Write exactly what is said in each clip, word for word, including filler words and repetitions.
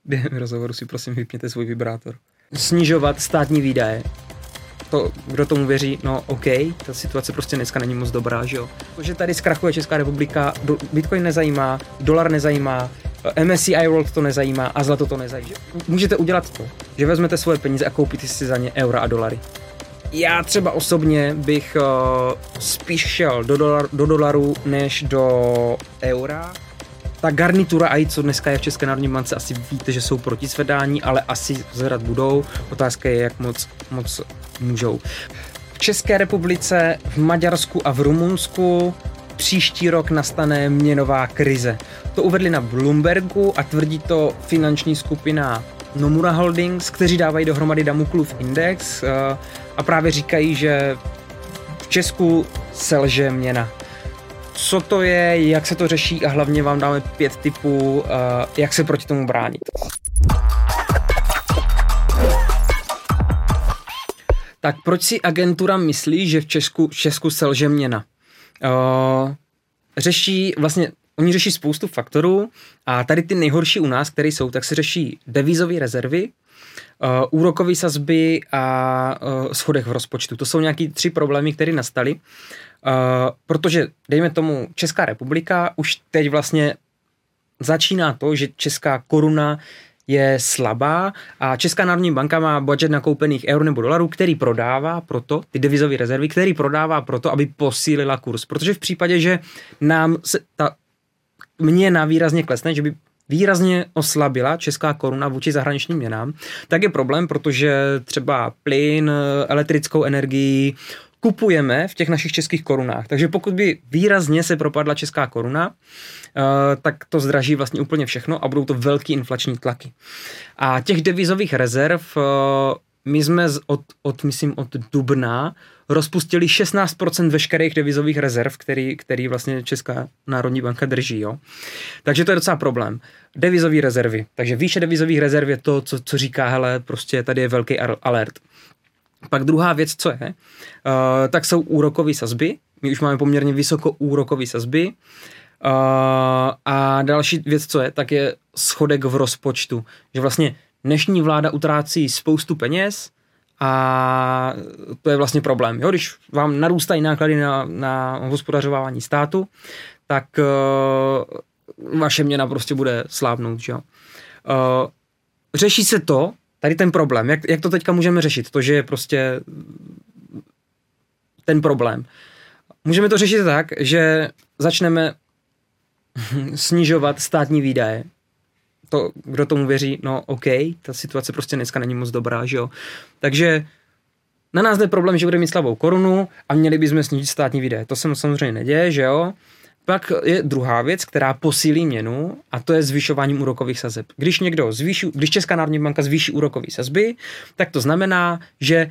Během rozhovoru si prosím vypněte svůj vibrátor. Snižovat státní výdaje. To, kdo tomu věří, no OK, ta situace prostě dneska není moc dobrá, že jo. To, že tady zkrachuje Česká republika, do, Bitcoin nezajímá, dolar nezajímá, M S C I World to nezajímá a zlato to nezajímá. Můžete udělat to, že vezmete svoje peníze a koupíte si za ně eura a dolary. Já třeba osobně bych uh, spíš šel do, dolar, do dolaru než do eura. Ta garnitura A I, co dneska je v České národní bance, asi víte, že jsou proti zvedání, ale asi zvedat budou. Otázka je, jak moc, moc můžou. V České republice, v Maďarsku a v Rumunsku příští rok nastane měnová krize. To uvedli na Bloombergu a tvrdí to finanční skupina Nomura Holdings, kteří dávají dohromady Damoklův index a právě říkají, že v Česku selže měna. Co to je, jak se to řeší a hlavně vám dáme pět tipů, jak se proti tomu bránit. Tak proč si agentura myslí, že v Česku, v Česku selže měna? Uh, řeší, vlastně, oni řeší spoustu faktorů a tady ty nejhorší u nás, které jsou, tak se řeší devizové rezervy, uh, úrokové sazby a uh, schodek v rozpočtu. To jsou nějaký tři problémy, které nastaly, uh, protože, dejme tomu, Česká republika už teď vlastně začíná to, že česká koruna je slabá a Česká národní banka má budget nakoupených eur nebo dolarů, který prodává proto, ty devizové rezervy, který prodává proto, aby posílila kurz. Protože v případě, že nám se ta měna výrazně klesne, že by výrazně oslabila česká koruna vůči zahraničním měnám, tak je problém, protože třeba plyn, elektrickou energii kupujeme v těch našich českých korunách. Takže pokud by výrazně se propadla česká koruna, uh, tak to zdraží vlastně úplně všechno a budou to velký inflační tlaky. A těch devizových rezerv uh, my jsme z, od, od, myslím, od dubna rozpustili šestnáct procent veškerých devizových rezerv, který, který vlastně Česká národní banka drží. Jo? Takže to je docela problém. Devizové rezervy. Takže výše devizových rezerv je to, co, co říká, hele, prostě tady je velký alert. Pak druhá věc, co je, uh, tak jsou úrokové sazby. My už máme poměrně vysoko úrokové sazby. Uh, a další věc, co je, tak je schodek v rozpočtu. Že vlastně dnešní vláda utrácí spoustu peněz a to je vlastně problém. Jo? Když vám narůstají náklady na, na hospodařování státu, tak uh, vaše měna prostě bude slábnout. Že? Uh, řeší se to, tady ten problém, jak, jak to teďka můžeme řešit, to, že je prostě ten problém. Můžeme to řešit tak, že začneme snižovat státní výdaje. To, kdo tomu věří, no OK, ta situace prostě dneska není moc dobrá, že jo. Takže na nás jde problém, že bude mít slabou korunu a měli bychom snížit státní výdaje. To se samozřejmě neděje, že jo. Pak je druhá věc, která posílí měnu a to je zvyšování úrokových sazeb. Když někdo zvýší, když Česká národní banka zvýší úrokové sazby, tak to znamená, že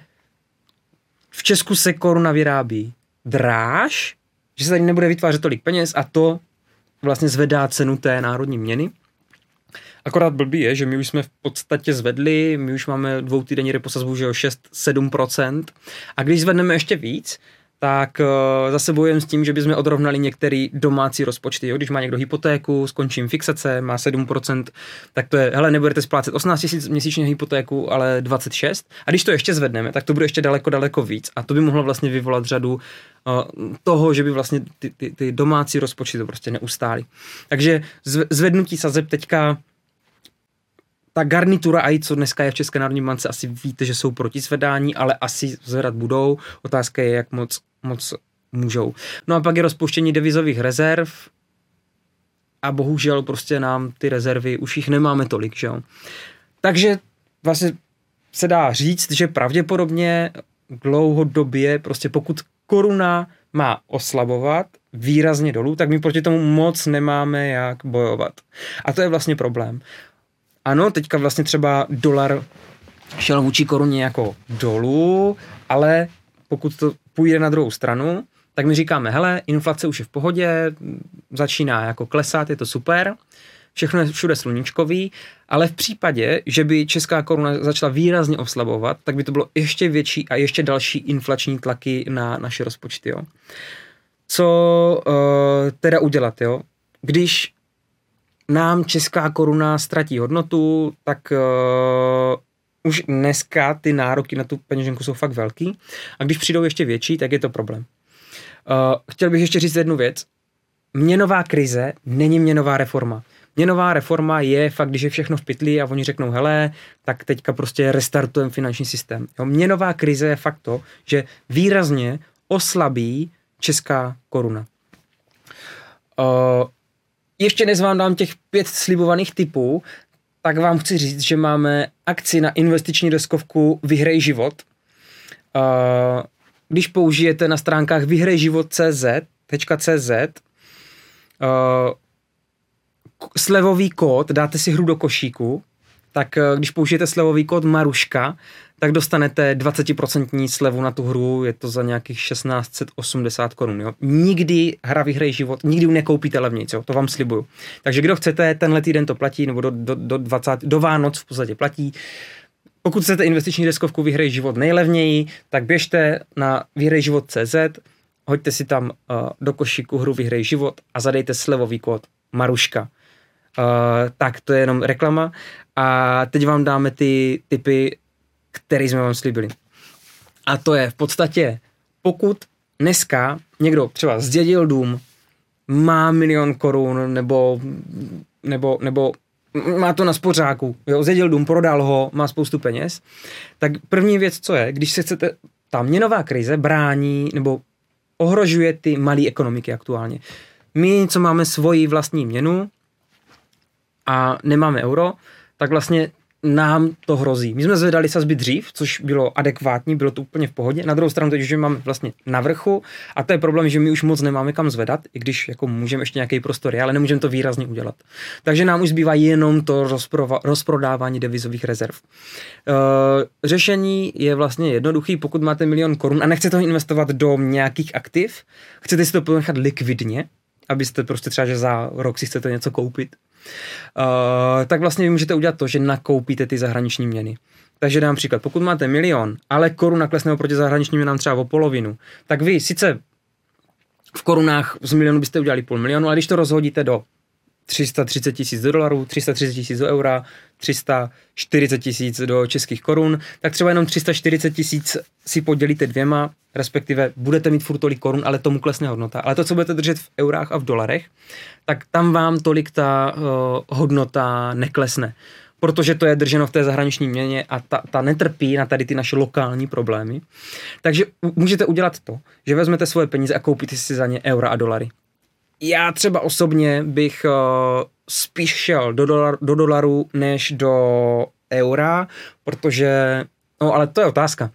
v Česku se koruna vyrábí dráž, že se tady nebude vytvářet tolik peněz a to vlastně zvedá cenu té národní měny. Akorát blbý je, že my už jsme v podstatě zvedli, my už máme dvoutýdenní reposazbu, že jo, šest sedm procent a když zvedneme ještě víc, tak uh, zase bojujeme s tím, že bychom odrovnali některé domácí rozpočty. Jo? Když má někdo hypotéku, skončím fixace, má sedm procent, tak to je, hele, nebudete splácet osmnáct tisíc měsíčně hypotéku, ale dvacet šest. A když to ještě zvedneme, tak to bude ještě daleko, daleko víc. A to by mohlo vlastně vyvolat řadu uh, toho, že by vlastně ty, ty, ty domácí rozpočty to prostě neustály. Takže zvednutí sazeb teďka ta garnitura A I, co dneska je v České národní bance, asi víte, že jsou proti zvedání, ale asi zvedat budou. Otázka je, jak moc, moc můžou. No a pak je rozpuštění devizových rezerv a bohužel prostě nám ty rezervy, už jich nemáme tolik, že jo. Takže vlastně se dá říct, že pravděpodobně dlouhodobě, prostě pokud koruna má oslabovat výrazně dolů, tak my proti tomu moc nemáme jak bojovat. A to je vlastně problém. Ano, teďka vlastně třeba dolar šel vůči koruně jako dolů, ale pokud to půjde na druhou stranu, tak my říkáme, hele, inflace už je v pohodě, začíná jako klesat, je to super, všechno je všude sluníčkový, ale v případě, že by česká koruna začala výrazně oslabovat, tak by to bylo ještě větší a ještě další inflační tlaky na naše rozpočty. Jo. Co uh, teda udělat, jo? Když nám česká koruna ztratí hodnotu, tak uh, už dneska ty nároky na tu peněženku jsou fakt velký a když přijdou ještě větší, tak je to problém. Uh, chtěl bych ještě říct jednu věc. Měnová krize není měnová reforma. Měnová reforma je fakt, když je všechno v pytli a oni řeknou, hele, tak teďka prostě restartujeme finanční systém. Jo, měnová krize je fakt to, že výrazně oslabí česká koruna. Uh, ještě než vám dám těch pět slibovaných typů, tak vám chci říct, že máme akci na investiční deskovku Vyhrej život. Uh, když použijete na stránkách vyhrejživot tečka cé zet uh, slevový kód, dáte si hru do košíku, tak uh, když použijete slevový kód Maruška, tak dostanete dvacet procent slevu na tu hru, je to za nějakých šestnáct set osmdesát korun. Jo? Nikdy hra Vyhrej život, nikdy ji nekoupíte levnějc, jo? To vám slibuju. Takže kdo chcete, tenhle týden to platí, nebo do, do, do, dvacátého do Vánoc v podstatě platí. Pokud chcete investiční deskovku Vyhrej život nejlevněji, tak běžte na vyhrejživot tečka cé zet, hoďte si tam uh, do košíku hru Vyhrej život a zadejte slevový kód Maruška. Uh, tak to je jenom reklama a teď vám dáme ty typy, který jsme vám slíbili. A to je v podstatě, pokud dneska někdo třeba zdědil dům, má milion korun nebo, nebo, nebo má to na spořáku, jo, zdědil dům, prodal ho, má spoustu peněz, tak první věc, co je, když se chcete, ta měnová krize brání nebo ohrožuje ty malé ekonomiky aktuálně. My, co máme svoji vlastní měnu a nemáme euro, tak vlastně nám to hrozí. My jsme zvedali sazby dřív, což bylo adekvátní, bylo to úplně v pohodě. Na druhou stranu teď, že máme vlastně na vrchu a to je problém, že my už moc nemáme kam zvedat, i když jako můžeme ještě nějaký prostor, ale nemůžeme to výrazně udělat. Takže nám už zbývá jenom to rozprova, rozprodávání devizových rezerv. E, řešení je vlastně jednoduchý, pokud máte milion korun a nechcete ho investovat do nějakých aktiv, chcete si to ponechat likvidně, abyste prostě třeba, že za rok si chcete něco koupit, Uh, tak vlastně vy můžete udělat to, že nakoupíte ty zahraniční měny. Takže dám příklad, pokud máte milion, ale koruna klesne oproti zahraničním měnám třeba o polovinu, tak vy sice v korunách z milionu byste udělali půl milionu, ale když to rozhodíte do tři sta třicet tisíc do dolarů, tři sta třicet tisíc do eura, tři sta čtyřicet tisíc do českých korun, tak třeba jenom tři sta čtyřicet tisíc si podělíte dvěma, respektive budete mít furt tolik korun, ale tomu klesne hodnota. Ale to, co budete držet v eurách a v dolarech, tak tam vám tolik ta uh, hodnota neklesne. Protože to je drženo v té zahraniční měně a ta, ta netrpí na tady ty naše lokální problémy. Takže můžete udělat to, že vezmete svoje peníze a koupíte si za ně eura a dolary. Já třeba osobně bych uh, spíš šel do, dolar, do dolaru než do eura, protože, no ale to je otázka.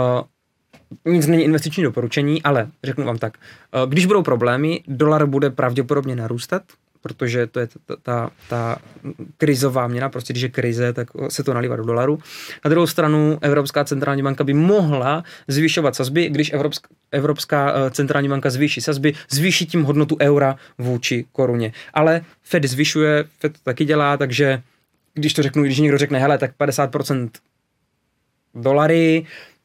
Uh, nic není investiční doporučení, ale řeknu vám tak, uh, když budou problémy, dolar bude pravděpodobně narůstat, protože to je ta, ta, ta krizová měna, prostě když je krize, tak se to nalívá do dolaru. Na druhou stranu Evropská centrální banka by mohla zvyšovat sazby, když Evropská, Evropská centrální banka zvýší sazby, zvýší tím hodnotu eura vůči koruně. Ale Fed zvyšuje, Fed to taky dělá, takže když to řeknu, když někdo řekne, hele, tak padesát procent dolary,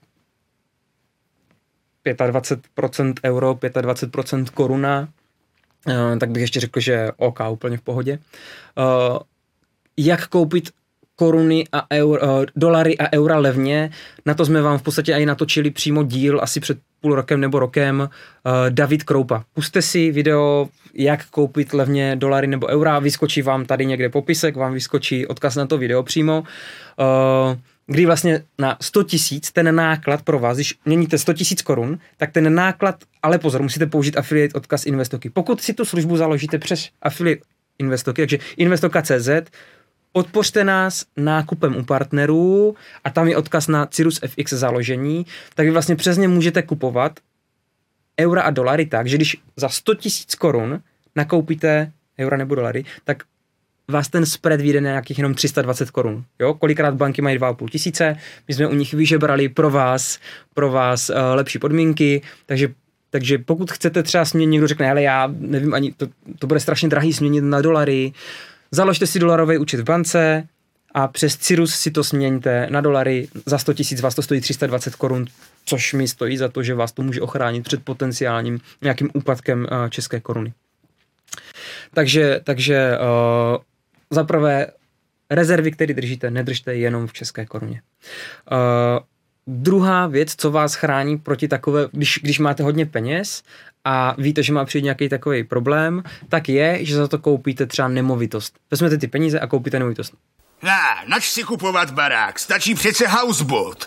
dvacet pět procent euro, dvacet pět procent koruna, Uh, tak bych ještě řekl, že OK, úplně v pohodě. Uh, jak koupit koruny a eur, uh, dolary a eura levně, na to jsme vám v podstatě i natočili přímo díl asi před půl rokem nebo rokem. Uh, David Kroupa. Puste si video, jak koupit levně dolary nebo eura, vyskočí vám tady někde popisek, vám vyskočí odkaz na to video přímo. Uh, kdy vlastně na sto tisíc ten náklad pro vás, když měníte sto tisíc korun, tak ten náklad, ale pozor, musíte použít affiliate odkaz Investoky. Pokud si tu službu založíte přes affiliate Investoky, takže Investoka tečka cé zet, podpořte nás nákupem u partnerů a tam je odkaz na Cirrus F X založení, tak vy vlastně přes ně můžete kupovat eura a dolary tak, že když za sto tisíc korun nakoupíte eura nebo dolary, tak vás ten spread vyjde na nějakých jenom tři sta dvacet korun. Jo? Kolikrát banky mají dva a půl tisíce, my jsme u nich vyžebrali pro vás, pro vás uh, lepší podmínky, takže, takže pokud chcete třeba směnit, někdo řekne, hele, já nevím ani, to, to bude strašně drahý směnit na dolary, založte si dolarový účet v bance a přes Cirrus si to směňte na dolary, za sto tisíc vás to stojí tři sta dvacet korun, což mi stojí za to, že vás to může ochránit před potenciálním nějakým úpadkem uh, české koruny. Takže, takže uh, za prvé, rezervy, které držíte, nedržte jenom v české koruně. Uh, druhá věc, co vás chrání proti takové, když, když máte hodně peněz a víte, že má přijít nějaký takový problém, tak je, že za to koupíte třeba nemovitost. Vezmete ty peníze a koupíte nemovitost. Ne, nač si kupovat barák, stačí přece houseboat.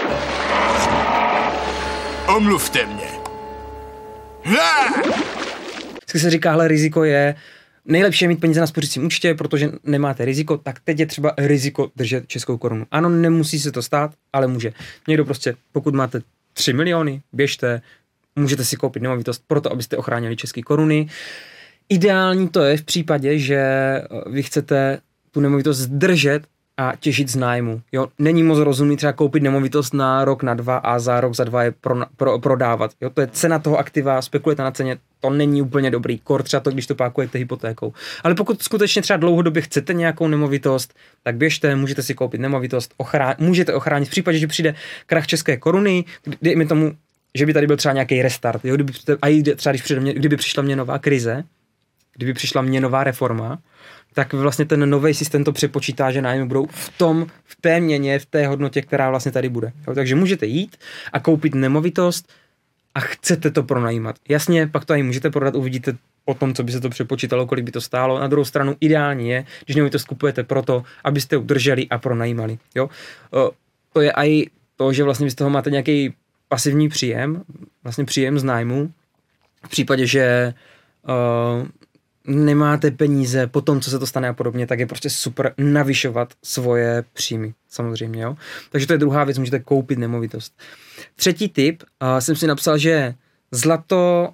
Omluvte mě. Ne! Vždycky se říká, hele, riziko je, nejlepší je mít peníze na spořícím účtě, protože nemáte riziko, tak teď je třeba riziko držet českou korunu. Ano, nemusí se to stát, ale může. Někdo prostě, pokud máte tři miliony, běžte, můžete si koupit nemovitost proto, abyste ochránili české koruny. Ideální to je v případě, že vy chcete tu nemovitost držet a těžit z nájmu. Jo? Není moc rozumný třeba koupit nemovitost na rok, na dva a za rok, za dva je pro, pro, prodávat. Jo? To je cena toho aktiva, spekulujete na ceně, to není úplně dobrý. Kor třeba to, když to pákujete hypotékou. Ale pokud skutečně třeba dlouhodobě chcete nějakou nemovitost, tak běžte, můžete si koupit nemovitost, ochrán, můžete ochránit v případě, že přijde krach české koruny, dejme tomu, že by tady byl třeba nějaký restart, jo? Kdyby, a i třeba když přijde, kdyby přišla měnová krize, kdyby přišla měnová reforma, tak vlastně ten nový systém to přepočítá, že nájmy budou v tom, v té měně, v té hodnotě, která vlastně tady bude. Jo, takže můžete jít a koupit nemovitost a chcete to pronajímat. Jasně, pak to i můžete prodat, uvidíte potom, co by se to přepočítalo, kolik by to stálo. Na druhou stranu ideální je, když nemovitost kupujete proto, abyste udrželi a pronajímali. Jo? To je i to, že vlastně vy z toho máte nějaký pasivní příjem, vlastně příjem z nájmu, v případě, že uh, nemáte peníze po tom, co se to stane a podobně, tak je prostě super navyšovat svoje příjmy, samozřejmě, jo. Takže to je druhá věc, můžete koupit nemovitost. Třetí tip, uh, jsem si napsal, že zlato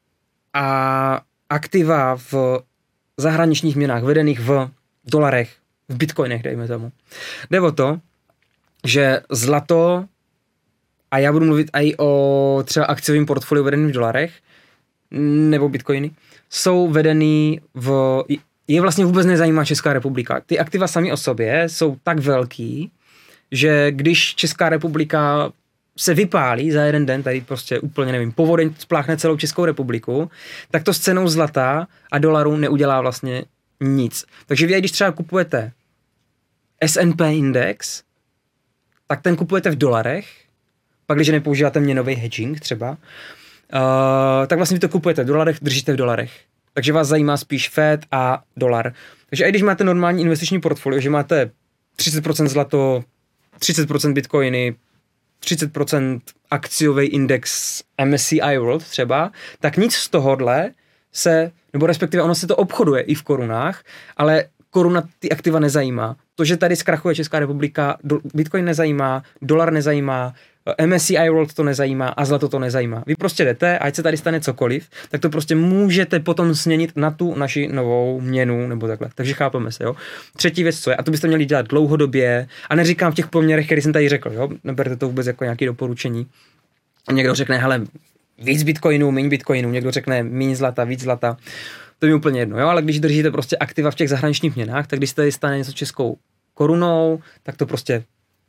a aktiva v zahraničních měnách vedených v dolarech, v bitcoinech, dejme tomu. Jde o to, že zlato, a já budu mluvit i o třeba akciovém portfoliu vedeným v dolarech, nebo bitcoiny, jsou vedený v... Je vlastně vůbec nezajímá Česká republika. Ty aktiva sami o sobě jsou tak velký, že když Česká republika se vypálí za jeden den, tady prostě úplně nevím, povodeň spláchne celou Českou republiku, tak to s cenou zlata a dolaru neudělá vlastně nic. Takže vy, když třeba kupujete S and P index, tak ten kupujete v dolarech, pak když nepoužíváte měnový hedging třeba, Uh, tak vlastně vy to kupujete v dolarech, držíte v dolarech. Takže vás zajímá spíš Fed a dolar. Takže i když máte normální investiční portfolio, že máte třicet procent zlato, třicet procent bitcoiny, třicet procent akciový index M S C I World třeba, tak nic z tohohle se, nebo respektive ono se to obchoduje i v korunách, ale koruna ty aktiva nezajímá. To, že tady zkrachuje Česká republika, do, bitcoin nezajímá, dolar nezajímá, M S C I World to nezajímá a zlato to nezajímá. Vy prostě jdete, ať se tady stane cokoliv, tak to prostě můžete potom směnit na tu naši novou měnu nebo takhle. Takže chápeme se, jo. Třetí věc, co je, a to byste měli dělat dlouhodobě, a neříkám v těch poměrech, který jsem tady řekl, jo. Neberte to vůbec jako nějaké doporučení. Někdo řekne, hele, víc bitcoinů, méně bitcoinů, někdo řekne méně zlata, víc zlata. To je úplně jedno, jo, ale když držíte prostě aktiva v těch zahraničních měnách, tak když se tady stane něco českou korunou, tak to prostě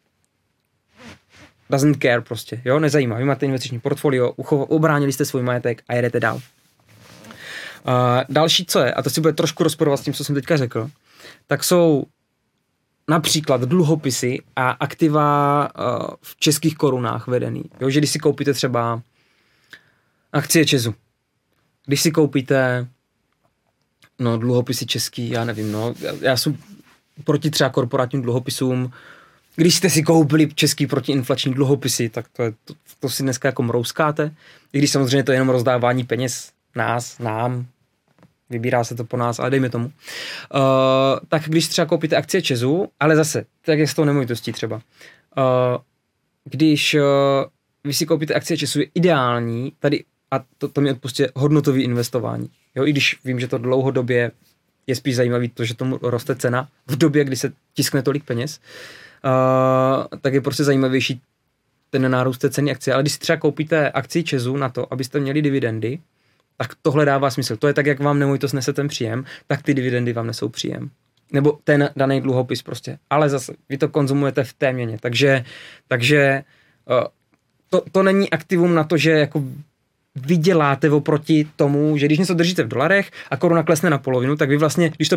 doesn't care prostě, jo, nezajímá. Vy máte investiční portfolio, ucho, obránili jste svůj majetek a jedete dál. Uh, další, co je, a to si bude trošku rozporovat s tím, co jsem teďka řekl, tak jsou například dluhopisy a aktiva uh, v českých korunách vedený. Jo, že když si koupíte třeba akcie Česu, když si koupíte no, dluhopisy český, já nevím, no, já, já jsem proti třeba korporátním dluhopisům. Když jste si koupili český protiinflační dluhopisy, tak to, je, to, to si dneska jako mrouskáte. I když samozřejmě to je jenom rozdávání peněz nás, nám, vybírá se to po nás, ale dejme tomu. Uh, tak když třeba koupíte akcie Česu, ale zase, tak je s tou nemovitostí třeba. Uh, když uh, vy si koupíte akcie Česu, je ideální tady, a to, to mi odpustí, hodnotový investování. Jo, i když vím, že to dlouhodobě je spíš zajímavý to, že tomu roste cena v době, kdy se tiskne tolik peněz, uh, tak je prostě zajímavější ten nárůst té ceny akcie. Ale když si třeba koupíte akci Česu na to, abyste měli dividendy, tak tohle dává smysl. To je tak, jak vám nemovitost nese ten příjem, tak ty dividendy vám nesou příjem. Nebo ten daný dluhopis prostě. Ale zase, vy to konzumujete v té měně. Takže, takže uh, to, to není aktivum na to, že jako vyděláte oproti tomu, že když něco držíte v dolarech a koruna klesne na polovinu, tak vy vlastně, když to pak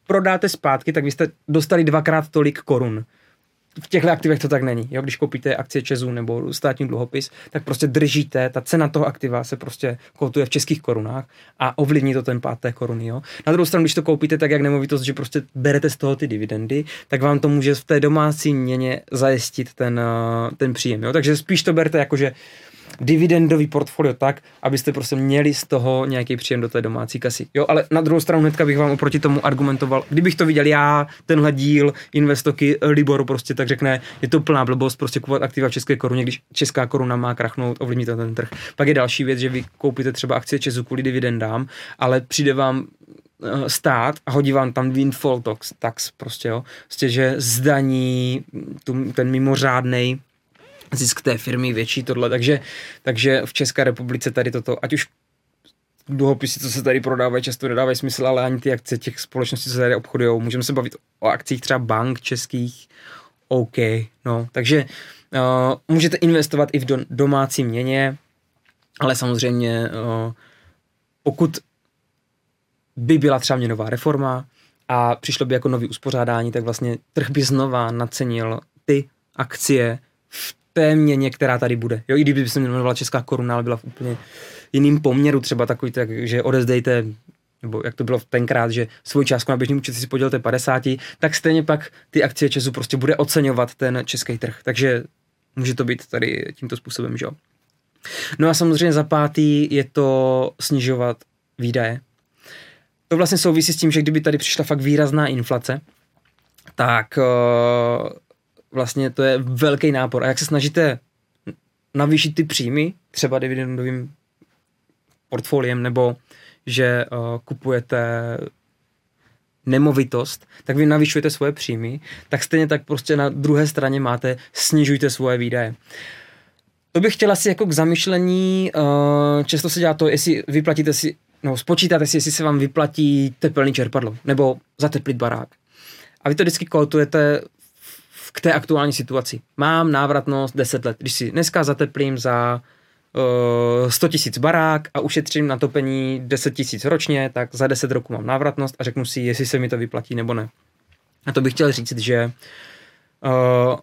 prodáte zpátky, tak vy jste dostali dvakrát tolik korun. V těchto aktivech to tak není. Jo? Když koupíte akcie ČEZu nebo státní dluhopis, tak prostě držíte, ta cena toho aktiva se prostě kotuje v českých korunách a ovlivní to ten pád té koruny. Jo? Na druhou stranu, když to koupíte tak jak nemovitost, že prostě berete z toho ty dividendy, tak vám to může v té domácí měně zajistit ten, ten příjem. Jo? Takže spíš to berte jakože dividendový portfolio tak, abyste prostě měli z toho nějaký příjem do té domácí kasy. Jo, ale na druhou stranu hnedka bych vám oproti tomu argumentoval, kdybych to viděl já, tenhle díl Investoky Liboru prostě tak řekne, je to plná blbost prostě kupovat aktiva v české koruně, když česká koruna má krachnout, ovlivní to ten trh. Pak je další věc, že vy koupíte třeba akcie ČEZu kvůli dividendám, ale přijde vám stát a hodí vám tam windfall tax, tax prostě jo, prostě, že zdaní tu, ten mimořádnej zisk té firmy větší tohle, takže, takže v České republice tady toto, ať už dluhopisy, co se tady prodávají, často nedávají smysl, ale ani ty akcie těch společností, co se tady obchodujou. Můžeme se bavit o akcích třeba bank českých, OK, no, takže uh, můžete investovat i v do, domácí měně, ale samozřejmě uh, pokud by byla třeba měnová reforma a přišlo by jako nový uspořádání, tak vlastně trh by znova nacenil ty akcie v té měně, která tady bude. Jo, i kdyby se jmenovala česká koruna, ale byla v úplně jiným poměru, třeba takový, tak, že odezdejte, nebo jak to bylo tenkrát, že svou částku na běžný účet si podělte padesát, tak stejně pak ty akcie ČEZu prostě bude oceňovat ten český trh. Takže může to být tady tímto způsobem, že jo. No a samozřejmě za pátý je to snižovat výdaje. To vlastně souvisí s tím, že kdyby tady přišla fakt výrazná inflace, tak uh, vlastně to je velký nápor. A jak se snažíte navýšit ty příjmy, třeba dividendovým portfoliem, nebo že uh, kupujete nemovitost, tak vy navyšujete svoje příjmy, tak stejně tak prostě na druhé straně máte, snižujte svoje výdaje. To bych chtěla si jako k zamyšlení, uh, často se dělá to, jestli vyplatíte si, no spočítáte si, jestli se vám vyplatí tepelný čerpadlo, nebo zateplit barák. A vy to vždycky kalkulujete k té aktuální situaci. Mám návratnost deset let. Když si dneska zateplím za uh, sto tisíc barák a ušetřím na topení deset tisíc ročně, tak za deset roků mám návratnost a řeknu si, jestli se mi to vyplatí nebo ne. A to bych chtěl říct, že uh,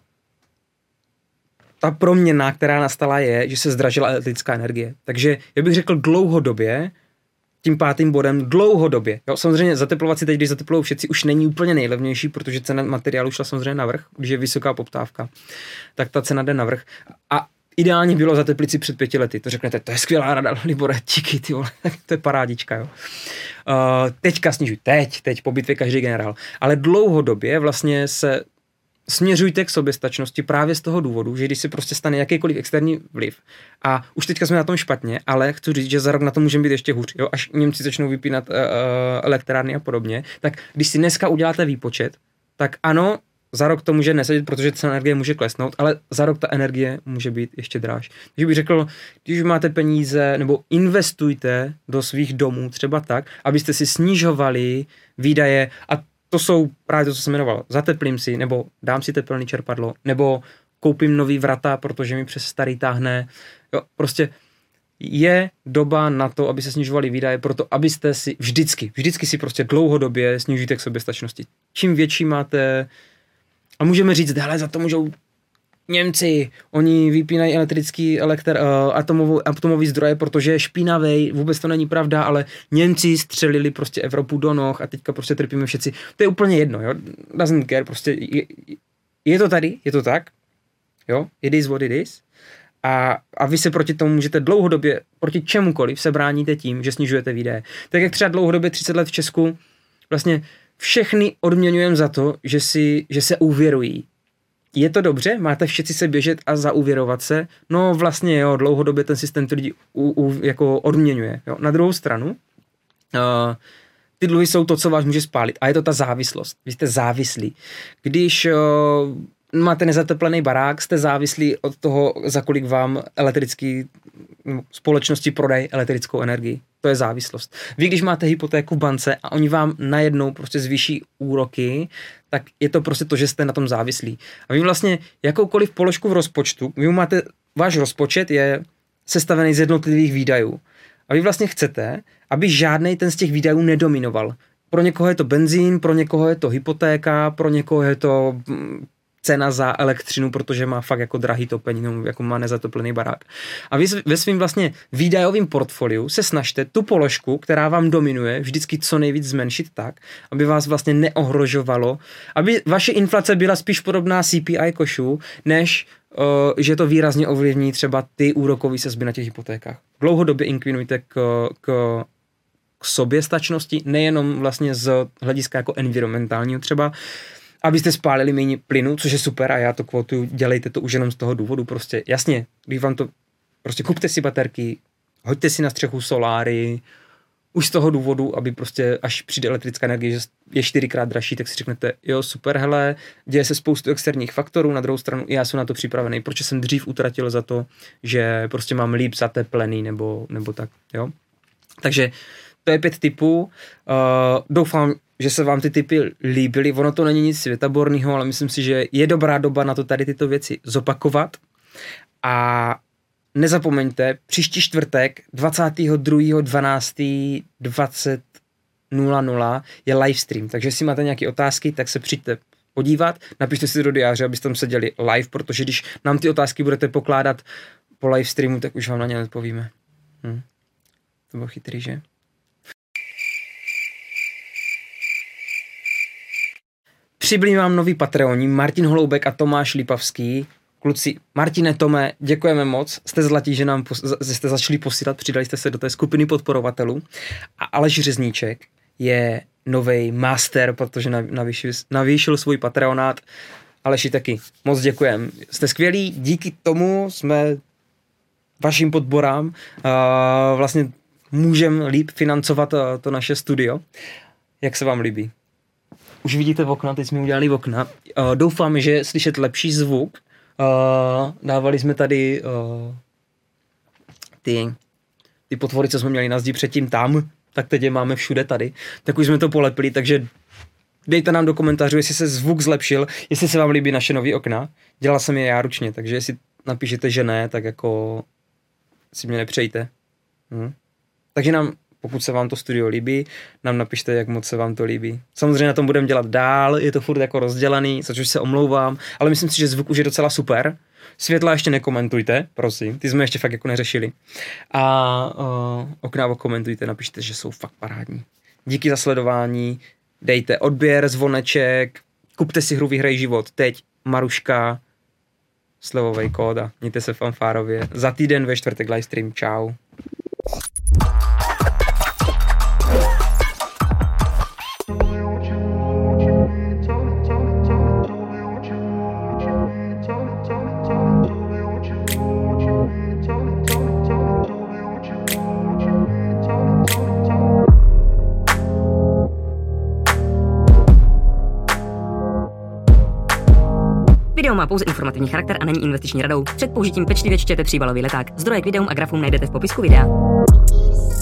ta proměna, která nastala, je, že se zdražila elektrická energie. Takže já bych řekl dlouhodobě, tím pátým bodem dlouhodobě. Jo, samozřejmě zateplovat si teď, když zateplou všetci, už není úplně nejlevnější, protože cena materiálu šla samozřejmě navrch, když je vysoká poptávka, tak ta cena jde navrch. A ideálně bylo zateplit si před pěti lety. To řeknete, to je skvělá rada, Libore, díky, ty vole, to je parádička, jo. Uh, teďka snižuj, teď, teď po bitvě každý generál. Ale dlouhodobě vlastně se směřujte k soběstačnosti právě z toho důvodu, že když se prostě stane jakýkoliv externí vliv a už teďka jsme na tom špatně, ale chci říct, že za rok na to můžeme být ještě hůř, jo? Až Němci začnou vypínat uh, elektrárny a podobně, tak když si dneska uděláte výpočet, tak ano, za rok to může nesedět, protože cena energie může klesnout, ale za rok ta energie může být ještě dráž. Takže bych řekl, když máte peníze, nebo investujte do svých domů třeba tak, abyste si snižovali výdaje a to jsou právě to, co jsem jmenoval. Zateplím si, nebo dám si tepelný čerpadlo, nebo koupím nový vrata, protože mi přes starý táhne. Jo, prostě je doba na to, aby se snižovaly výdaje, proto abyste si vždycky, vždycky si prostě dlouhodobě snižujte k soběstačnosti. Čím větší máte, a můžeme říct, hele, za to můžou Němci, oni vypínají elektrický elektr, uh, atomový, atomový zdroje, protože je špinavej, vůbec to není pravda, ale Němci střelili prostě Evropu do noh a teďka prostě trpíme všetci. To je úplně jedno, jo, doesn't care, prostě je, je to tady, je to tak, jo, it is what it is a, a vy se proti tomu můžete dlouhodobě, proti čemukoliv se bráníte tím, že snižujete výdaje. Tak jak třeba dlouhodobě třicet let v Česku, vlastně všechny odměňujeme za to, že, si, že se úvěrují. Je to dobře? Máte všetci se běžet a zaúvěrovat se? No vlastně jo, dlouhodobě ten systém ty lidi u, u, jako odměňuje. Jo. Na druhou stranu, uh, ty dluhy jsou to, co vás může spálit. A je to ta závislost. Vy jste závislí. Když uh, máte nezateplený barák, jste závislí od toho, za kolik vám elektrický no, společnosti prodají elektrickou energii. To je závislost. Vy, když máte hypotéku v bance a oni vám najednou prostě zvýší úroky, tak je to prostě to, že jste na tom závislí. A vy vlastně jakoukoliv položku v rozpočtu, vy máte, váš rozpočet je sestavený z jednotlivých výdajů. A vy vlastně chcete, aby žádnej ten z těch výdajů nedominoval. pro někoho je to benzín, pro někoho je to hypotéka, pro někoho je to cena za elektřinu, protože má fakt jako drahý topení, no, jako má nezatoplený barák. A vy ve svým vlastně výdajovým portfoliu se snažte tu položku, která vám dominuje, vždycky co nejvíc zmenšit tak, aby vás vlastně neohrožovalo, aby vaše inflace byla spíš podobná C P I košu, než uh, že to výrazně ovlivní třeba ty úrokové sazby na těch hypotékách. Dlouhodobě inklinujte k, k k soběstačnosti, nejenom vlastně z hlediska jako environmentálního třeba, abyste spálili méně plynu, což je super a já to kvotuju, dělejte to už jenom z toho důvodu, prostě jasně, když vám to, prostě kupte si baterky, hoďte si na střechu soláry, už z toho důvodu, aby prostě až přijde elektrická energie, že je čtyřikrát dražší, tak si řeknete, jo super, hele, děje se spoustu externích faktorů, na druhou stranu já jsem na to připravený, protože jsem dřív utratil za to, že prostě mám líp zateplený nebo, nebo tak, jo. Takže to je pět tipů. Uh, doufám, že se vám ty tipy líbily. Ono to není nic světaborného, ale myslím si, že je dobrá doba na to tady tyto věci zopakovat. A nezapomeňte, příští čtvrtek dvacátého druhého dvanáctého dvacet nula nula je livestream, takže jestli máte nějaké otázky, tak se přijďte podívat, napište si do diáře, abyste tam seděli live, protože když nám ty otázky budete pokládat po livestreamu, tak už vám na ně odpovíme. Hm. To bylo chytrý, že? Přibyli vám noví Patreoni, Martin Holoubek a Tomáš Lipavský. Kluci, Martine, Tome, děkujeme moc, jste zlatí, že nám pos- jste začali posílat, přidali jste se do té skupiny podporovatelů. A Aleš Řezníček je novej master, protože navýšil, navýšil svůj Patreonát. Aleši taky, moc děkujem. Jste skvělí, díky tomu jsme vašim podborám uh, vlastně můžeme líp financovat uh, to naše studio. Jak se vám líbí? Už vidíte v okna, teď jsme udělali v okna. Uh, doufám, že slyšet lepší zvuk. Uh, dávali jsme tady uh, ty, ty potvory, co jsme měli na zdi předtím tam, tak teď je máme všude tady. Tak už jsme to polepili, takže dejte nám do komentářů, jestli se zvuk zlepšil, jestli se vám líbí naše nový okna. Dělal jsem je já ručně, takže jestli napíšete, že ne, tak jako si mě nepřejte. Hm. Takže nám, pokud se vám to studio líbí, nám napište, jak moc se vám to líbí. Samozřejmě na tom budeme dělat dál, je to furt jako rozdělaný, za což se omlouvám, ale myslím si, že zvuk už je docela super. Světla ještě nekomentujte, prosím, ty jsme ještě fakt jako neřešili. A uh, okna okomentujte, napište, že jsou fakt parádní. Díky za sledování, dejte odběr, zvoneček, kupte si hru Vyhraj život, teď Maruška, slevovej kód a mějte se fanfárově. Za týden ve čtvrtek livestream, čau. Video má pouze informativní charakter a není investiční radou. Před použitím pečlivě čtěte příbalový leták. Zdroje k videům a grafům najdete v popisku videa.